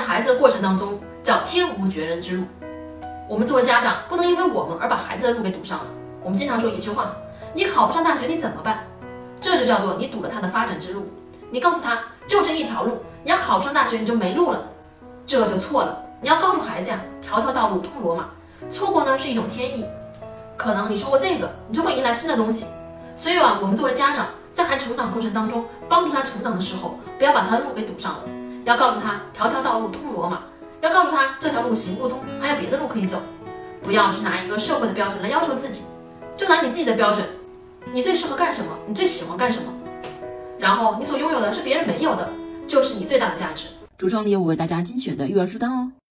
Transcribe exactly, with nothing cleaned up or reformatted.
孩子的过程当中叫天无绝人之路。我们作为家长，不能因为我们而把孩子的路给堵上了。我们经常说一句话：你考不上大学你怎么办？这就叫做你堵了他的发展之路。你告诉他就这一条路，你要考不上大学你就没路了，这就错了。你要告诉孩子呀，条条道路通罗马，错过呢是一种天意。可能你说过这个，你就会迎来新的东西。所以啊，我们作为家长，在孩子成长过程当中，帮助他成长的时候，不要把他的路给堵上了，要告诉他条条道路通罗马，要告诉他这条路行不通，还有别的路可以走。不要去拿一个社会的标准来要求自己，就拿你自己的标准，你最适合干什么，你最喜欢干什么，然后你所拥有的是别人没有的，就是你最大的价值。 橱窗里有我为大家精选的育儿书单哦。